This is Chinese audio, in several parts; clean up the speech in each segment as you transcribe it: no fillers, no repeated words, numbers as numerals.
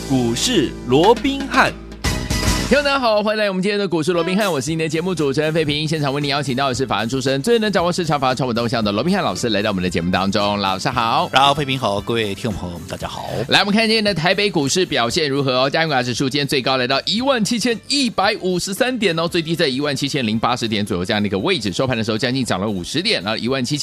股市罗宾汉。 听众大家好，欢迎来我们今天的股市罗宾汉，我是您的节目主持人费平。现场为您邀请到的是法案出身、最能掌握市场法案传闻动向的罗宾汉老师，来到我们的节目当中。老师好。 然后费平好，各位听众朋友们大家好。 来，我们看今天的台北股市表现如何哦？加权指数今天最高来到17153点哦，最低在17080点左右这样的一个位置，收盘的时候将近涨了50点，然后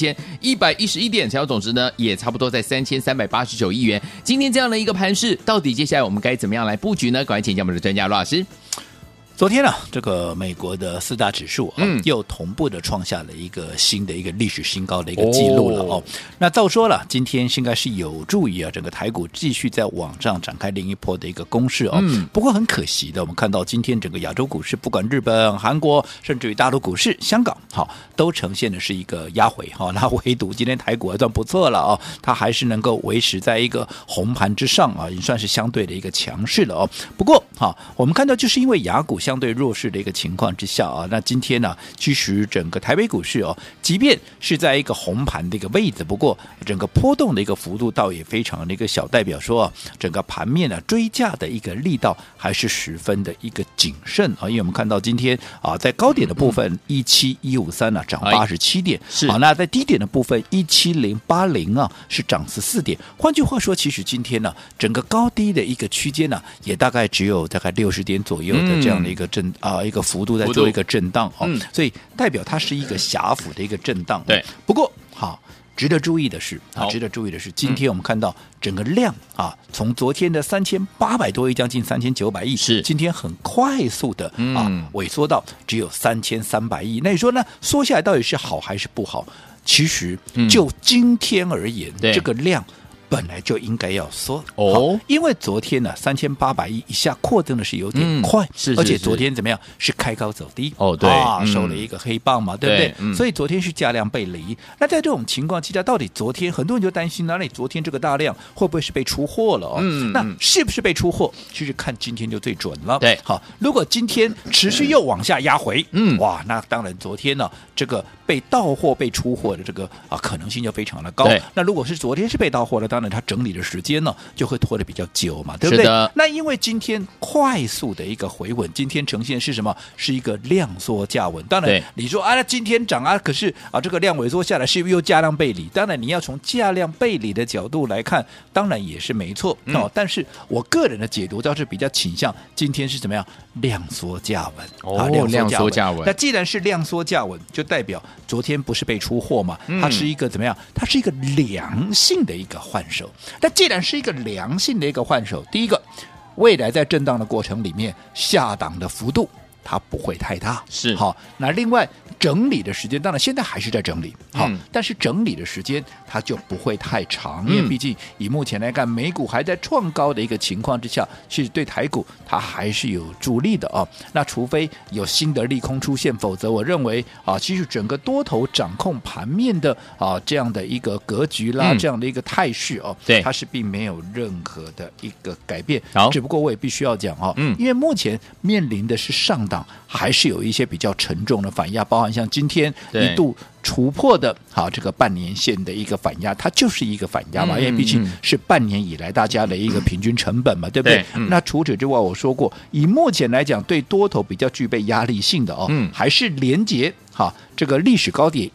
17111点，成交总值呢也差不多在3389亿元。今天这样的一个盘势，到底接下来我们该怎么样来布局呢？赶快请教我们的专家罗老师。 昨天呢，这个美国的4大指数又同步的创下了一个新的一个历史新高的一个记录了哦。那照说了，今天应该是有助于整个台股继续在往上展开另一波的一个攻势哦。不过很可惜的，我们看到今天整个亚洲股市，不管日本、韩国，甚至于大陆股市、香港，都呈现的是一个压回哈。那唯独今天台股还算不错了哦，它还是能够维持在一个红盘之上啊，也算是相对的一个强势了哦。不过我们看到就是因为亚股相对弱势的一个情况之下啊，那今天呢，其实整个台北股市哦，即便是在一个红盘的一个位置，不过整个波动的一个幅度倒也非常的一个小，代表说整个盘面追价的一个力道还是十分的一个谨慎啊，因为我们看到今天在高点的部分17153涨87点，那在低点的部分17080是涨14点。换句话说，其实今天呢，整个高低的一个区间呢，也大概只有大概60点左右的这样的一个一个幅度在做一个震荡所以代表它是一个狭幅的一个震荡。 对， 不过值得注意的是今天我们看到整个量从昨天的3800多亿将近3900亿， 是今天很快速的萎缩到只有3300亿。那你说呢？缩下来到底是好还是不好？其实就今天而言，这个量本来就应该要缩因为昨天呢3800亿一下扩增的是有点快，而且昨天怎么样是开高走低对收了一个黑棒嘛，对不对？所以昨天是价量背离。那在这种情况之下，到底昨天很多人就担心哪里昨天这个大量会不会是被出货了那是不是被出货？其实看今天就最准了。 对， 好，如果今天持续又往下压回哇，那当然昨天呢这个被到货被出货的这个可能性就非常的高。那如果是昨天是被到货的，当然它整理的时间呢就会拖得比较久嘛，对不对？那因为今天快速的一个回稳，今天呈现是什么？是一个量缩价稳。当然你说那今天涨可是这个量萎缩下来，是不是又价量背离？当然你要从价量背离的角度来看，当然也是没错但是我个人的解读倒是比较倾向今天是怎么样？量缩价稳量缩价稳。 那既然是量缩价稳，就代表昨天不是被出货嘛，它是一个怎么样？它是一个良性的一个换手。但既然是一个良性的一个换手，第一个，未来在震荡的过程里面，下档的幅度它不会太大， 是好。那另外整理的时间，当然现在还是在整理，好，但是整理的时间它就不会太长，因为毕竟以目前来看，美股还在创高的一个情况之下，其实对台股它还是有助力的那除非有新的利空出现，否则我认为其实整个多头掌控盘面的这样的一个格局啦，这样的一个态势对， 它是并没有任何的一个改变。 好， 只不过我也必须要讲因为目前面临的是上档还是有一些比较沉重的反压，包含像今天一度突破的这个半年线的一个反压，它就是一个反压嘛，因为毕竟是半年以来大家的一个平均成本嘛，对不对？那除此之外，我说过，以目前来讲，对多头比较具备压力性的还是连结这个历史高点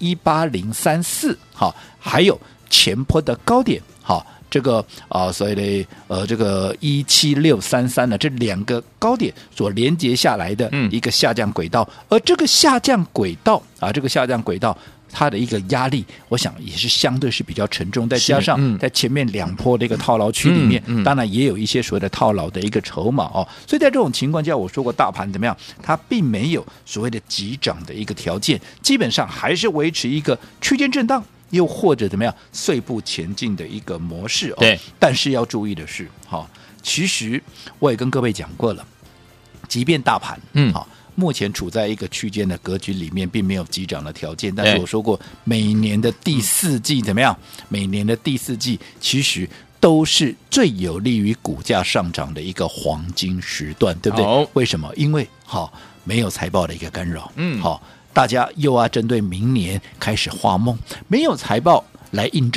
18034还有前波的高点这个所谓的这个17633呢，这两个高点所连接下来的一个下降轨道，而这个下降轨道它的一个压力，我想也是相对是比较沉重，再加上在前面两波的一个套牢区里面，当然也有一些所谓的套牢的一个筹码所以在这种情况下，我说过大盘怎么样，它并没有所谓的急涨的一个条件，基本上还是维持一个区间震荡，又或者怎么样碎步前进的一个模式对， 但是要注意的是其实我也跟各位讲过了，即便大盘目前处在一个区间的格局里面，并没有急涨的条件，但是我说过，每年的第四季怎么样？每年的第四季其实都是最有利于股价上涨的一个黄金时段，对不对？为什么？因为没有财报的一个干扰，大家又要针对明年开始画梦，没有财报来印证。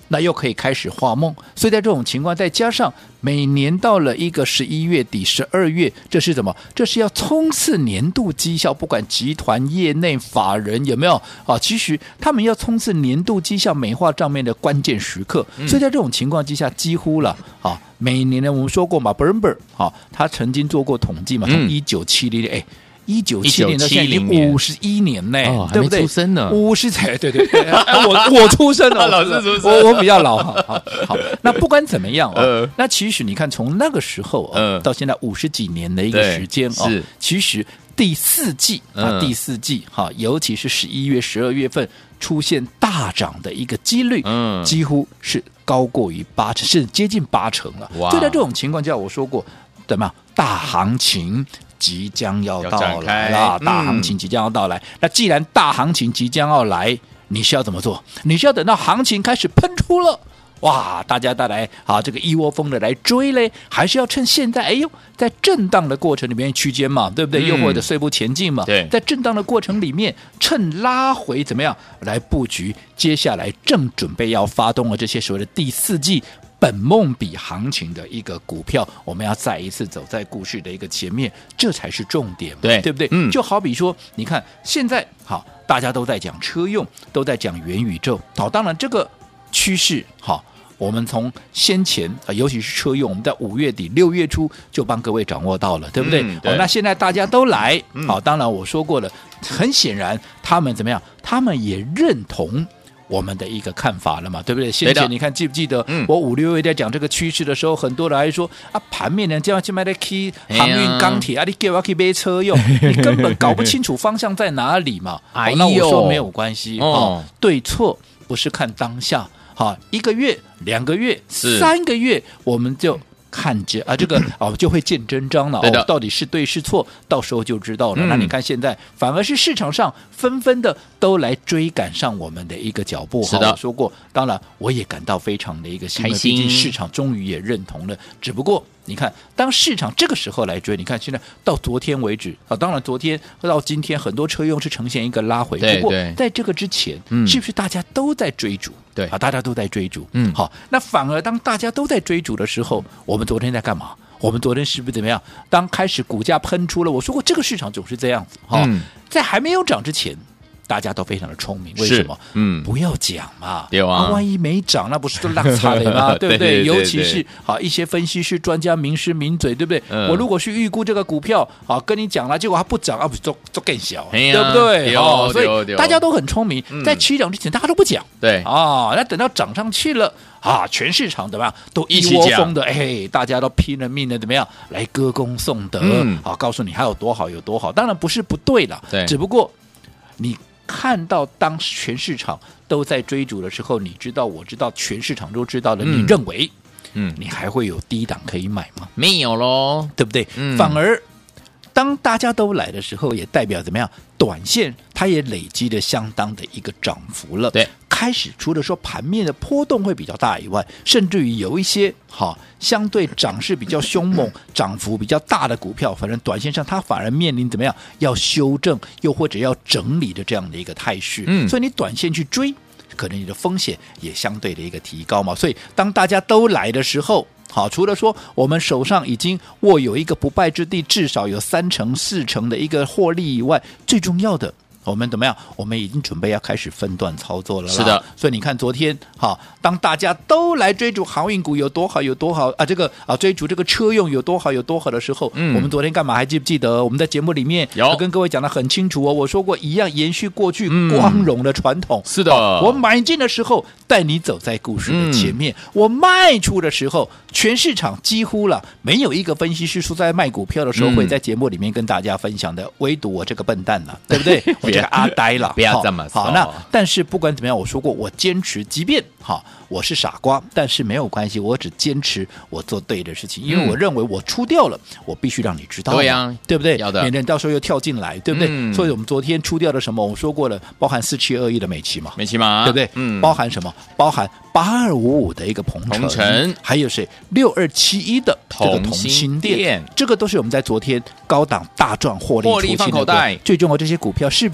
那又可以开始画梦。所以在这种情况，再加上每年到了一个11月底、12月，这是什么？这是要冲刺年度绩效，不管集团、业内、法人有没有啊？其实他们要冲刺年度绩效美化账面的关键时刻。所以在这种情况之下，几乎了啊，每年呢，我们说过嘛 ，Bloomberg 啊，他曾经做过统计嘛，从1970年1970年到现在已经51年呢，对不对？ 还没出生呢 50才对，我出生了， 老师出生我比较老，好。那不管怎么样那其实你看从那个时候到现在50几年的一个时间是其实第四季尤其是11月、12月份出现大涨的一个几率，几乎是高过于80%，是接近80%了。就在这种情况下，我说过，怎么样？大行情即将要到来了，大行情即将要到来。那既然大行情即将要来，你是要怎么做？你是要等到行情开始喷出了，哇，大家再来这个一窝蜂的来追嘞，还是要趁现在在震荡的过程里面区间嘛，对不对？又或者碎步前进嘛，在震荡的过程里面，趁拉回怎么样来布局？接下来正准备要发动的这些所谓的第四季本梦比行情的一个股票，我们要再一次走在故事的一个前面，这才是重点，对不对？就好比说，你看现在大家都在讲车用，都在讲元宇宙，当然这个趋势我们从先前尤其是车用，我们在5月底6月初就帮各位掌握到了，对不对？那现在大家都来，当然我说过了，很显然他们怎么样？他们也认同我们的一个看法了嘛，对不对？先前你看记不记得我5、6月在讲这个趋势的时候，很多人还说盘面呢这样去买的 key 航运钢铁你给我去买车用，你根本搞不清楚方向在哪里嘛。那我说没有关系对错不是看当下，1个月、2个月、3个月，我们就看着这个就会见真章了到底是对是错，到时候就知道了。那你看现在反而是市场上纷纷的都来追赶上我们的一个脚步。 是的， 我说过，当然我也感到非常的一个开心，毕竟市场终于也认同了。只不过你看，当市场这个时候来追，你看现在到昨天为止当然昨天到今天很多车用是呈现一个拉回，不过在这个之前是不是大家都在追逐？对大家都在追逐。好，那反而当大家都在追逐的时候，我们昨天在干嘛？我们昨天是不是怎么样？当开始股价喷出了，我说过这个市场总是这样子在还没有涨之前，大家都非常的聪明，为什么？不要讲嘛，万一没涨，那不是都烂惨了吗？对不对？尤其是一些分析师、专家、名师、名嘴，对不对？我如果去预估这个股票跟你讲了，结果它不涨不是都更小，对不对？所以大家都很聪明，在起涨之前大家都不讲，对那等到涨上去了全市场怎么样都一窝蜂的大家都拼了命的怎么样来歌功颂德告诉你还有多好有多好。当然不是不对了，只不过你看到当全市场都在追逐的时候，你知道我知道全市场都知道了，你认为你还会有低档可以买吗？没有咯，对不对？反而当大家都来的时候，也代表怎么样？短线它也累积了相当的一个涨幅了。对，开始除了说盘面的波动会比较大以外，甚至于有一些相对涨势比较凶猛、涨幅比较大的股票，反正短线上它反而面临怎么样要修正，又或者要整理的这样的一个态势。所以你短线去追，可能你的风险也相对的一个提高嘛。所以当大家都来的时候，除了说我们手上已经握有一个不败之地，至少有3成4成的一个获利以外，最重要的我们怎么样？我们已经准备要开始分段操作了啦。是的，所以你看昨天当大家都来追逐航运股有多好有多好这个追逐这个车用有多好有多好的时候，我们昨天干嘛？还记不记得我们在节目里面有跟各位讲得很清楚我说过一样延续过去光荣的传统。是的，我买进的时候带你走在故事的前面，我卖出的时候全市场几乎了没有一个分析师说在卖股票的时候会在节目里面跟大家分享的，唯独我这个笨蛋了，对不对？我这个阿呆了，不要这么说。好，那但是不管怎么样，我说过我坚持，即便我是傻瓜，但是没有关系，我只坚持我做对的事情，因为我认为我出掉了，我必须让你知道，对呀，对不对？要的，免得到时候又跳进来，对不对？所以我们昨天出掉了什么？我说过了，包含4721的美琪嘛，对不对？包含什么？包含8255的一个鹏程，还有谁？6271的这个同心电，这个都是我们在昨天高档大赚获利出清的。最重要，这些股票是不是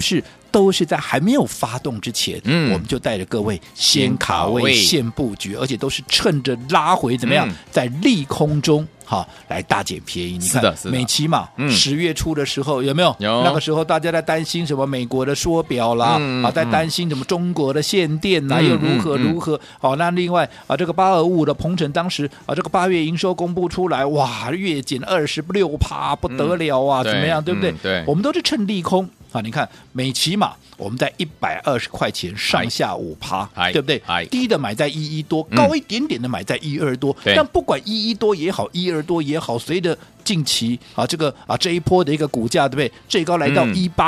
都是在还没有发动之前，我们就带着各位先卡位、先布局，而且都是趁着拉回怎么样，在利空中来大捡便宜。你看美骑嘛，10月初的时候有没有？ 有。 那个时候大家在担心什么美国的缩表啦，在担心什么中国的限电啦，又如何？好，那另外这个825的鹏程当时这个8月营收公布出来，哇，月减26%，不得了啊，怎么样？对不对？ 对， 我们都是趁利空。你看美骑嘛，我们在120块钱上下5%，对不对？低的买在11多，高一点点的买在12多。但不管11多也好，12多也好，随着近期这一波的一个股价，对不对？最高来到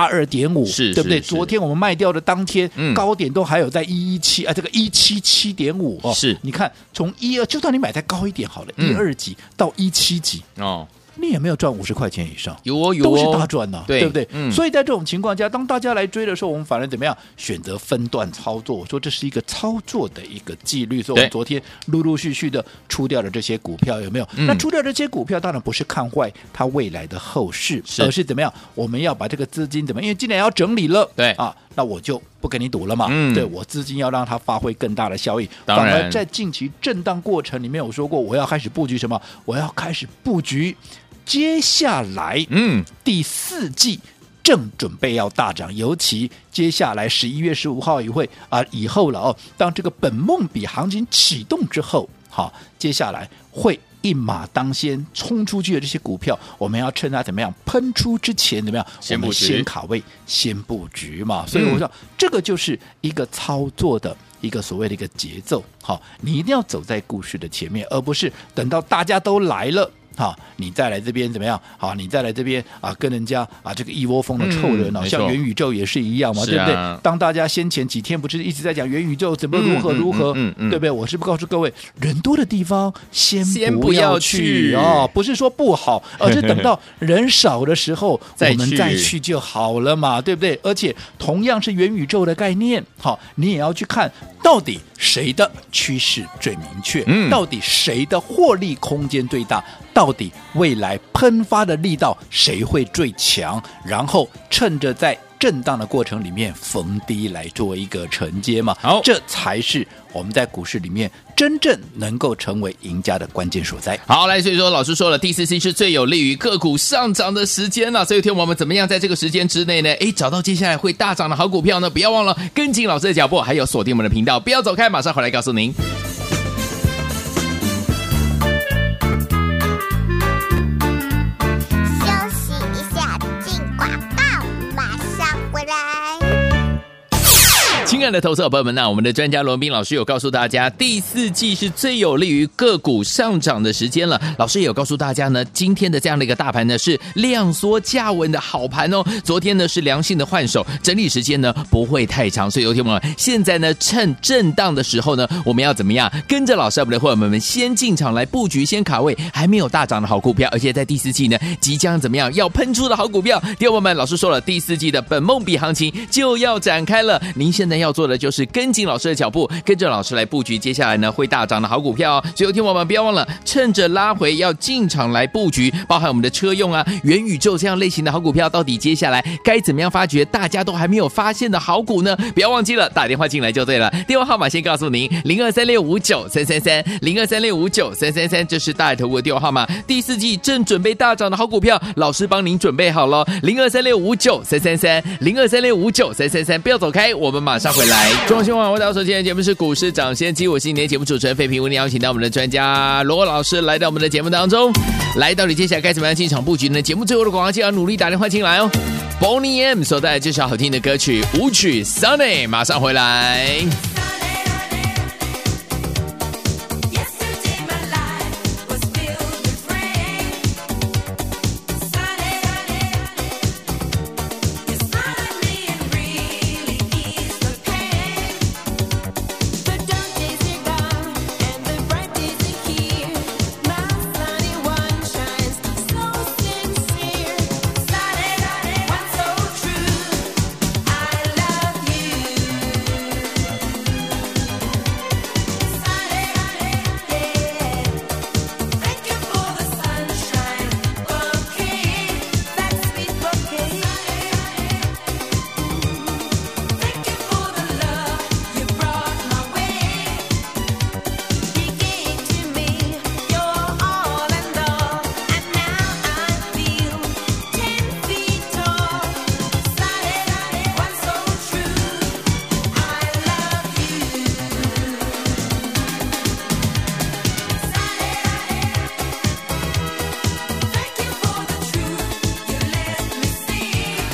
182.5，对不对？昨天我们卖掉的当天，高点都还有在117这个177.5 是。 你看从12，就算你买再高一点好了，12几到17几你也没有赚50块钱以上， 有都是大赚呐，对不对？所以在这种情况下，当大家来追的时候，我们反而怎么样选择分段操作？我说这是一个操作的一个纪律，所以我们昨天陆陆续续的出掉了这些股票，有没有？那出掉这些股票，当然不是看坏它未来的后市，而是怎么样？我们要把这个资金怎么样？因为既然要整理了， 对那我就不跟你赌了嘛，对，我资金要让它发挥更大的效益。反而在近期震荡过程里面，我说过我要开始布局什么？我要开始布局接下来第4季正准备要大涨，尤其接下来11月15号以后了当这个本梦比行情启动之后，接下来会一马当先冲出去的这些股票，我们要趁它怎么样喷出之前怎么样，我们先卡位先布局嘛。所以我说这个就是一个操作的一个所谓的一个节奏，你一定要走在故事的前面，而不是等到大家都来了你再来这边怎么样？你再来这边跟人家这个一窝蜂的凑热闹，像元宇宙也是一样嘛，对不对？当大家先前几天不是一直在讲元宇宙怎么如何，对不对？我是不告诉各位，人多的地方先不要去不是说不好，而是等到人少的时候我们再去就好了嘛，对不对？而且同样是元宇宙的概念，你也要去看到底谁的趋势最明确，到底谁的获利空间最大，到底未来喷发的力道谁会最强，然后趁着在震荡的过程里面逢低来做一个承接嘛，这才是我们在股市里面真正能够成为赢家的关键所在。 好，来，所以说老师说了，第4季是最有利于个股上涨的时间了。所以天我们怎么样在这个时间之内呢？找到接下来会大涨的好股票呢？不要忘了跟紧老师的脚步，还有锁定我们的频道，不要走开，马上回来告诉您。亲爱的投资者朋友们，那我们的专家罗宾老师有告诉大家，第4季是最有利于个股上涨的时间了。老师也有告诉大家呢，今天的这样的一个大盘呢是量缩价稳的好盘哦。昨天呢是良性的换手，整理时间呢不会太长，所以有听我们现在呢趁震荡的时候呢，我们要怎么样跟着老师我们的伙伴们先进场来布局，先卡位还没有大涨的好股票，而且在第4季呢即将怎么样要喷出的好股票。听我们老师说了，第4季的本梦比行情就要展开了，您现在要做的就是跟紧老师的脚步，跟着老师来布局接下来呢会大涨的好股票哦。所以有听我们不要忘了趁着拉回要进场来布局，包含我们的车用元宇宙这样类型的好股票，到底接下来该怎么样发掘大家都还没有发现的好股呢？不要忘记了打电话进来就对了，电话号码先告诉您0236593330，0236593333，这是大爱投顾的电话号码。第4季正准备大涨的好股票，老师帮您准备好了，0236593330，0236593333，不要走开，我们马上回来。中央新闻网为大家所见的节目是股市涨先机，我是你的节目主持人费平，为您邀请到我们的专家罗老师来到我们的节目当中。来，到底接下来该怎么样进场布局呢？节目最后的广告记得要努力打电话进来哦。Boney M 所带来这首好听的歌曲舞曲 Sunny， 马上回来。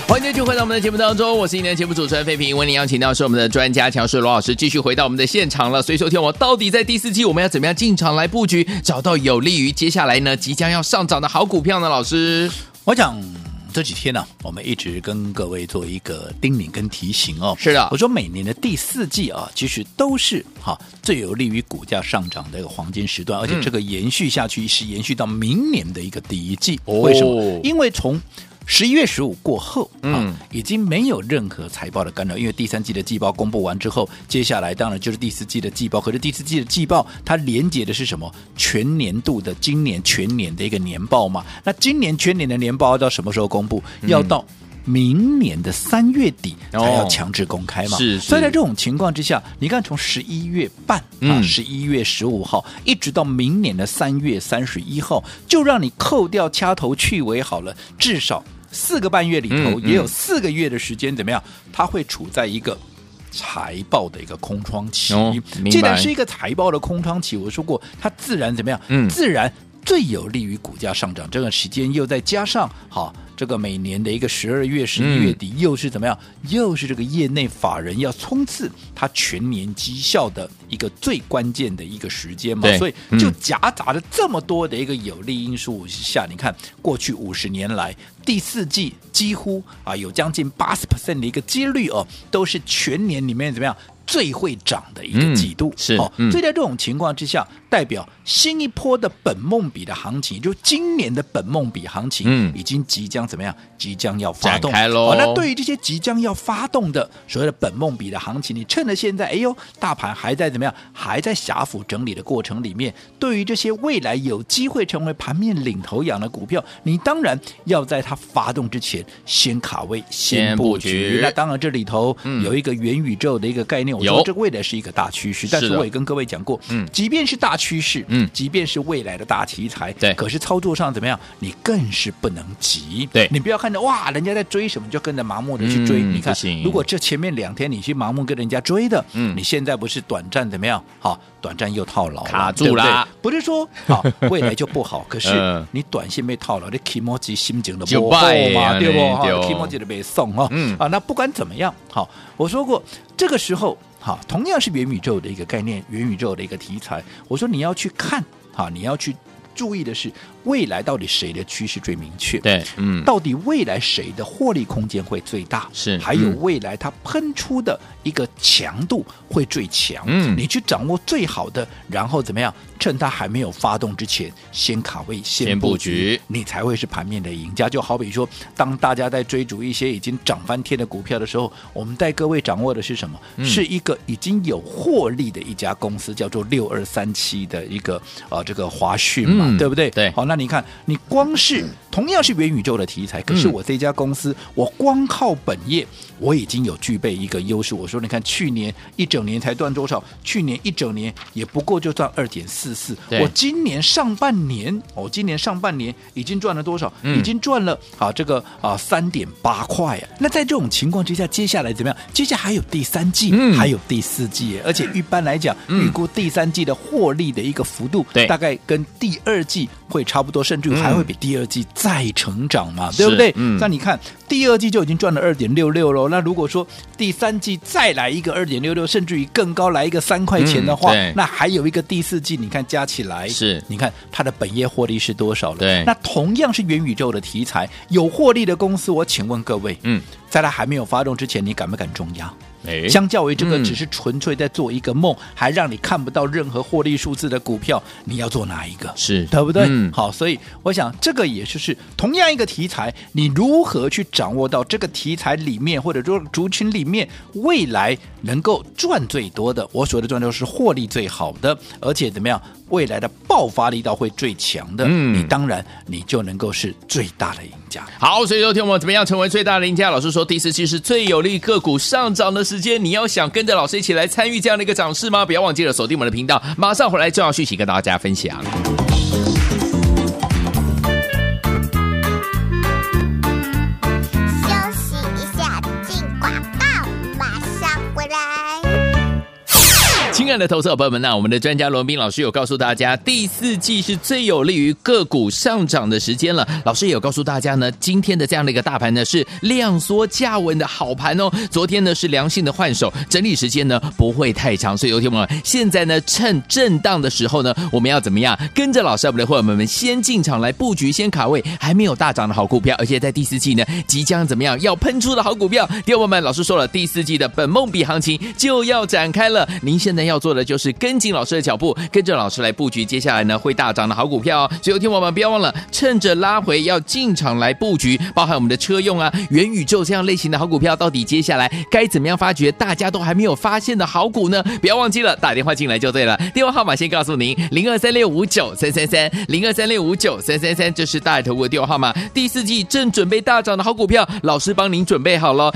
欢迎继续回到我们的节目当中，我是今天的节目主持人费平，为您邀请到是我们的专家强势罗老师，继续回到我们的现场了。所以收听我到底在第四季我们要怎么样进场来布局，找到有利于接下来呢即将要上涨的好股票呢？老师， 我讲这几天呢，我们一直跟各位做一个叮咛跟提醒哦。 是的， 我说每年的第四季啊，其实都是最有利于股价上涨的一个黄金时段，而且这个延续下去是延续到明年的一个第一季。为什么？因为从11月15过后已经没有任何财报的干扰，因为第三季的季报公布完之后，接下来当然就是第四季的季报。可是第四季的季报它连接的是什么？全年度的今年全年的一个年报嘛。那今年全年的年报要到什么时候公布？要到明年的3月底才要强制公开嘛。所以在这种情况之下，你看从11月半11月15号一直到明年的3月31号，就让你扣掉掐头去尾好了，至少4个半月里头也有4个月的时间，怎么样？它会处在一个财报的一个空窗期。既然是一个财报的空窗期，我说过它自然怎么样？自然最有利于股价上涨。这个时间又再加上这个每年的一个12月11月底又是怎么样？又是这个业内法人要冲刺它全年绩效的一个最关键的一个时间嘛。所以就夹杂着这么多的一个有利因素下，你看过去50年来第四季几乎有将近80% 的一个几率都是全年里面怎么样最会涨的一个季度。 是所以在这种情况之下，代表新一波的本梦比的行情，就今年的本梦比行情已经即将怎么样？即将要发动展开咯。 那对于这些即将要发动的所谓的本梦比的行情，你趁着现在大盘还在怎么样？还在狭幅整理的过程里面，对于这些未来有机会成为盘面领头羊的股票，你当然要在它发动之前先卡位先布局。那当然这里头有一个元宇宙的一个概念，我说这未来是一个大趋势，但是我也跟各位讲过，即便是大趋势，即便是未来的大题材，可是操作上怎么样？你更是不能急。 对， 你不要看着哇，人家在追什么就跟着盲目的去追。你看，如果这前面2天你去盲目跟人家追的，你现在不是短暂怎么样？短暂又套牢了， 卡住啦。 不是说未来就不好，可是你短线被套牢，你 Kimoji 心情的不好嘛，对不？Kimoji 的被送那不管怎么样，我说过这个时候同样是元宇宙的一个概念，元宇宙的一个题材，我说你要去看你要去注意的是未来到底谁的趋势最明确？ 对， 到底未来谁的获利空间会最大？ 是， 还有未来它喷出的一个强度会最强。你去掌握最好的，然后怎么样？趁它还没有发动之前，先卡位，先布局，你才会是盘面的赢家。就好比说，当大家在追逐一些已经涨翻天的股票的时候，我们带各位掌握的是什么？是一个已经有获利的一家公司，叫做6237的一个这个华讯嘛，对不对？ 对。 好，那你看，你光是同样是元宇宙的题材，可是我这家公司，我光靠本业，我已经有具备一个优势。我说，你看去年一整年才赚多少？去年一整年也不过就赚2.44。我今年上半年，已经赚了多少？已经赚了这个3.8块。那在这种情况之下，接下来怎么样？接下来还有第三季，还有第四季，而且一般来讲，预估第三季的获利的一个幅度，大概跟第二季会差不多，甚至还会比第二季再成长嘛，对不对？那你看第二季就已经赚了2.66了，那如果说第三季再来一个2.66，甚至于更高来一个3块钱的话，那还有一个第四季，你看加起来是，你看它的本业获利是多少了？对，那同样是元宇宙的题材，有获利的公司，我请问各位，在它还没有发动之前，你敢不敢重压？相较于这个只是纯粹在做一个梦，还让你看不到任何获利数字的股票，你要做哪一个？是对不对？好，所以我想这个也就是同样一个题材，你如何去掌握到这个题材里面，或者说族群里面未来能够赚最多的，我所谓的赚就是获利最好的，而且怎么样？未来的爆发力道会最强的，你当然你就能够是最大的赢家。 好，所以昨天我们怎么样成为最大的赢家？老师说第四季是最有利个股上涨的时间，你要想跟着老师一起来参与这样的一个涨势吗？不要忘记了锁定我们的频道，马上回来重要讯息跟大家分享。亲亲爱的投资者朋友们，那我们的专家罗宾老师有告诉大家，第四季是最有利于个股上涨的时间了。老师也有告诉大家呢，今天的这样的一个大盘呢是量缩价稳的好盘哦。昨天呢是良性的换手，整理时间呢不会太长，所以有听我们现在呢趁震荡的时候呢，我们要怎么样跟着老师我们的伙伴们先进场来布局，先卡位还没有大涨的好股票，而且在第四季呢即将怎么样要喷出的好股票。听我们老师说了，第四季的本梦比行情就要展开了，您现在要做的就是跟紧老师的脚步，跟着老师来布局接下来呢会大涨的好股票哦。所以有听我们不要忘了趁着拉回要进场来布局，包含我们的车用啊、元宇宙这样类型的好股票，到底接下来该怎么样发掘大家都还没有发现的好股呢？不要忘记了打电话进来就对了，电话号码先告诉您0236593330，0236593333，这是大爱投顾的电话号码。第四季正准备大涨的好股票，老师帮您准备好了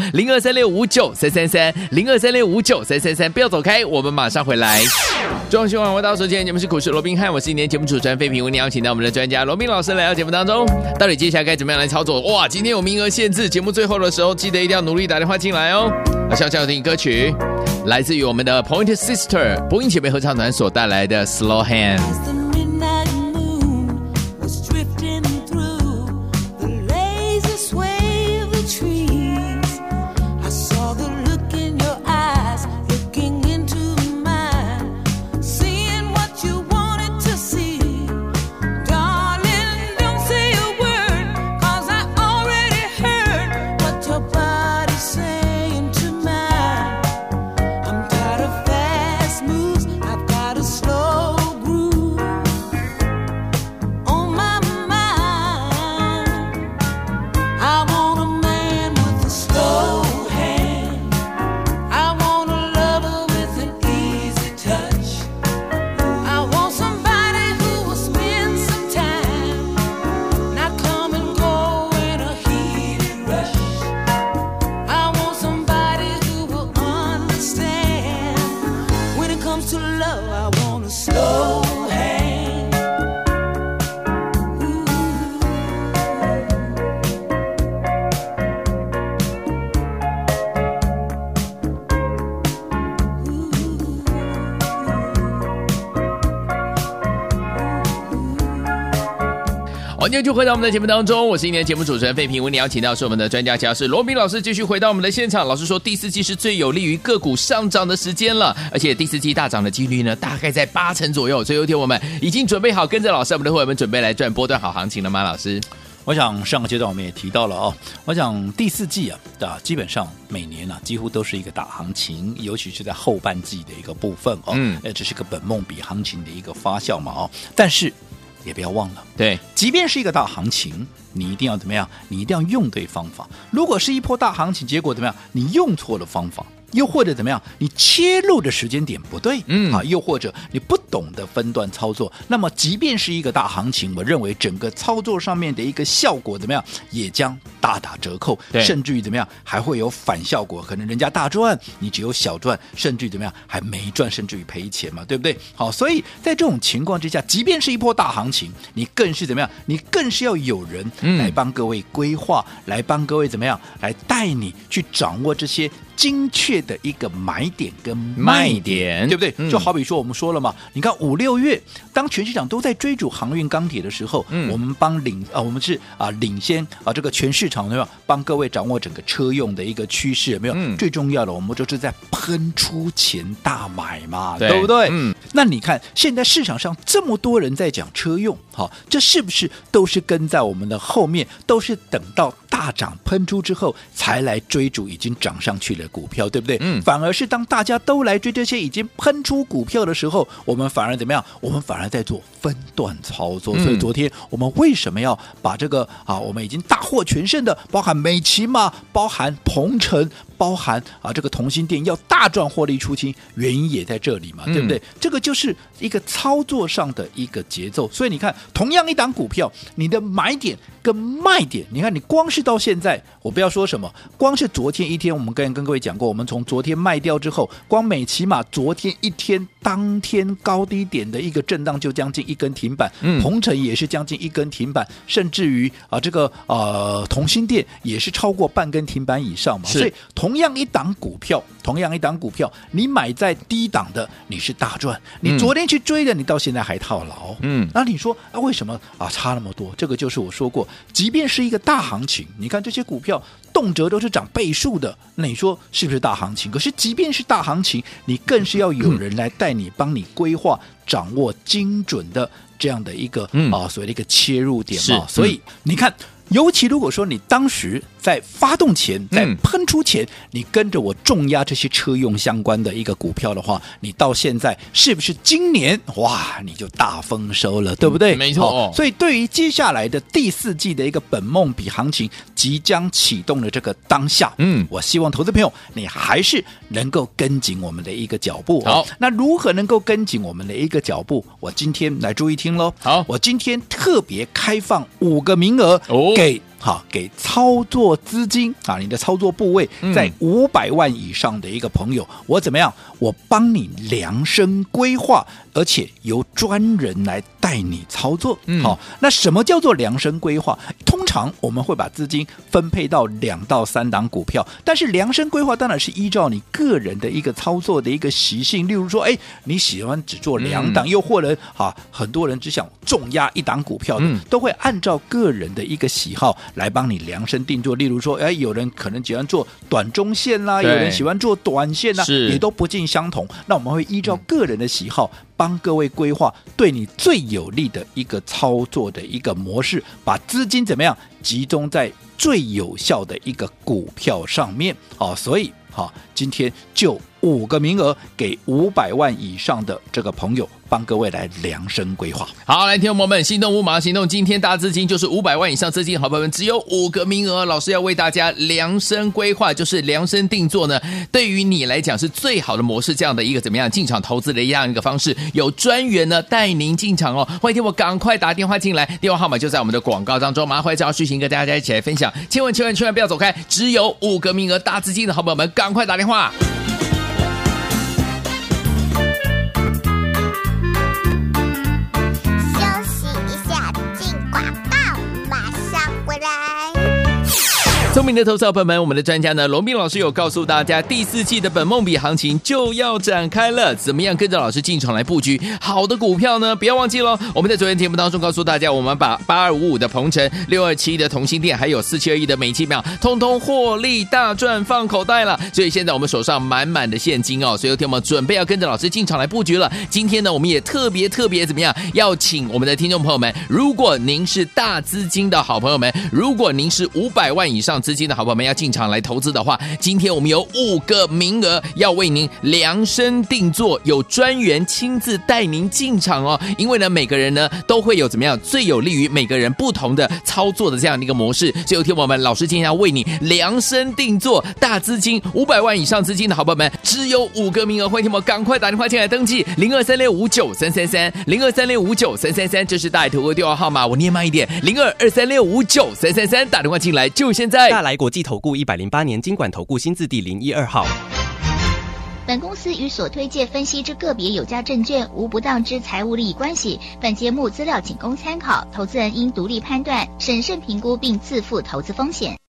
，0236593330，0236593333，不要走开，我们马上回来。中央新闻回到首节目是股市罗宾汉，我是今天节目主持人费平，为您邀请到我们的专家罗宾老师来到节目当中。到底接下来该怎么样来操作？哇，今天有名额限制，节目最后的时候记得一定要努力打电话进来哦。下要听歌曲来自于我们的 Point Sister 播音姐妹合唱团所带来的 Slow Hand。欢迎就回到我们的节目当中，我是今天的节目主持人费平，为您邀请到是我们的专家讲师罗宾老师，继续回到我们的现场。老师说第四季是最有利于个股上涨的时间了，而且第四季大涨的几率呢大概在80%左右，所以有天我们已经准备好跟着老师我们的会员们准备来赚波段好行情了吗？老师， 我想上个阶段我们也提到了哦，我想第四季基本上每年几乎都是一个大行情，尤其是在后半季的一个部分哦，这是个本梦比行情的一个发酵嘛哦，但是也不要忘了， 对， 即便是一个大行情，你一定要怎么样？你一定要用对方法。如果是一波大行情，结果怎么样？你用错了方法，又或者怎么样？你切入的时间点不对，又或者你不懂得分段操作，那么即便是一个大行情，我认为整个操作上面的一个效果怎么样，也将大打折扣，甚至于怎么样，还会有反效果，可能人家大赚，你只有小赚，甚至于怎么样，还没赚，甚至于赔钱嘛，对不对？好，所以在这种情况之下，即便是一波大行情，你更是怎么样？你更是要有人来帮各位规划，来帮各位怎么样，来带你去掌握这些精确的一个买点跟卖点，对不对？就好比说我们说了嘛，你看5、6月，当全市场都在追逐航运钢铁的时候，我们我们是领先这个全市场有没有帮各位掌握整个车用的一个趋势有没有？最重要的，我们就是在喷出前大买嘛，对不对？那你看现在市场上这么多人在讲车用，好，这是不是都是跟在我们的后面，都是等到大涨喷出之后才来追逐已经涨上去的股票，对不对？反而是当大家都来追这些已经喷出股票的时候，我们反而怎么样？我们反而在做分段操作。所以昨天我们为什么要把这个我们已经大获全胜的，包含美骑马，包含鹏程，包含这个同心店要大赚获利出清，原因也在这里嘛，对不对？这个就是一个操作上的一个节奏。所以你看，同样一档股票，你的买点跟卖点，你看你光是到现在，我不要说什么，光是昨天一天，我们跟各位讲过，我们从昨天卖掉之后，光美骑马昨天一天当天高低点的一个震荡就将近一根停板，鹏程也是将近一根停板，甚至于这个同心店也是超过半根停板以上嘛。所以同样一档股票，你买在低档的你是大赚，你昨天去追的你到现在还套牢。那你说为什么差那么多？这个就是我说过，即便是一个大行情，你看这些股票动辄都是涨倍数的，那你说是不是大行情？可是即便是大行情，你更是要有人来带你，帮你规划、掌握精准的这样的一个所谓的一个切入点嘛。所以你看，尤其如果说你当时在发动前，在喷出前，你跟着我重压这些车用相关的一个股票的话，你到现在是不是今年哇你就大丰收了，对不对？ 没错。 所以对于接下来的第4季的一个本梦比行情即将启动的这个当下，我希望投资朋友你还是能够跟紧我们的一个脚步。 好， 那如何能够跟紧我们的一个脚步？我今天来注意听咯。 好， 我今天特别开放5个名额给操作资金你的操作部位在500万以上的一个朋友，我怎么样？我帮你量身规划，而且由专人来带你操作。好，那什么叫做量身规划？通常我们会把资金分配到2到3档股票，但是量身规划当然是依照你个人的一个操作的一个习性。例如说，你喜欢只做2档，又或者很多人只想重压1档股票的，都会按照个人的一个喜好来帮你量身定做。例如说，有人可能喜欢做短中线啦，有人喜欢做短线啦，也都不尽相同。那我们会依照个人的喜好，帮各位规划对你最有利的一个操作的一个模式，把资金怎么样集中在最有效的一个股票上面。所以今天就5个名额给500万以上的这个朋友，帮各位来量身规划。 好，来听众朋友们，心动不马上行动，今天大资金就是500万以上资金，好朋友们只有5个名额，老师要为大家量身规划，就是量身定做呢，对于你来讲是最好的模式，这样的一个怎么样进场投资的一样一个方式，有专员呢带您进场哦。欢迎听我赶快打电话进来，电话号码就在我们的广告当中，马上回来找旭行跟大家一起来分享，千万不要走开，只有5个名额，大资金的好朋友们赶快打电话。聪明的投资者朋友们，我们的专家呢，龙斌老师有告诉大家，第4季的本梦比行情就要展开了，怎么样跟着老师进场来布局好的股票呢？不要忘记咯，我们在昨天节目当中告诉大家，我们把8255的鹏程、627的同心店，还有4721的美其妙，通通获利大赚放口袋了。所以现在我们手上满满的现金哦，所以有天我们准备要跟着老师进场来布局了。今天呢，我们也特别怎么样，要请我们的听众朋友们，如果您是大资金的好朋友们，如果您是500万以上资金的好朋友们要进场来投资的话，今天我们有5个名额要为您量身定做，有专员亲自带您进场哦。因为呢，每个人呢都会有怎么样最有利于每个人不同的操作的这样的一个模式，所以有天我们老师今天要为你量身定做，大资金500万以上资金的好朋友们只有5个名额，欢迎听我赶快打电话进来登记0236593333 0236593333，这是大来投顾电话号码，我念慢一点0223659333，打电话进来就现在。 大来国际投顾108年金管投顾新字第012号。 本公司与所推介分析之个别有价证券无不当之财务利益关系，本节目资料仅供参考，投资人应独立判断、审慎评估并自负投资风险。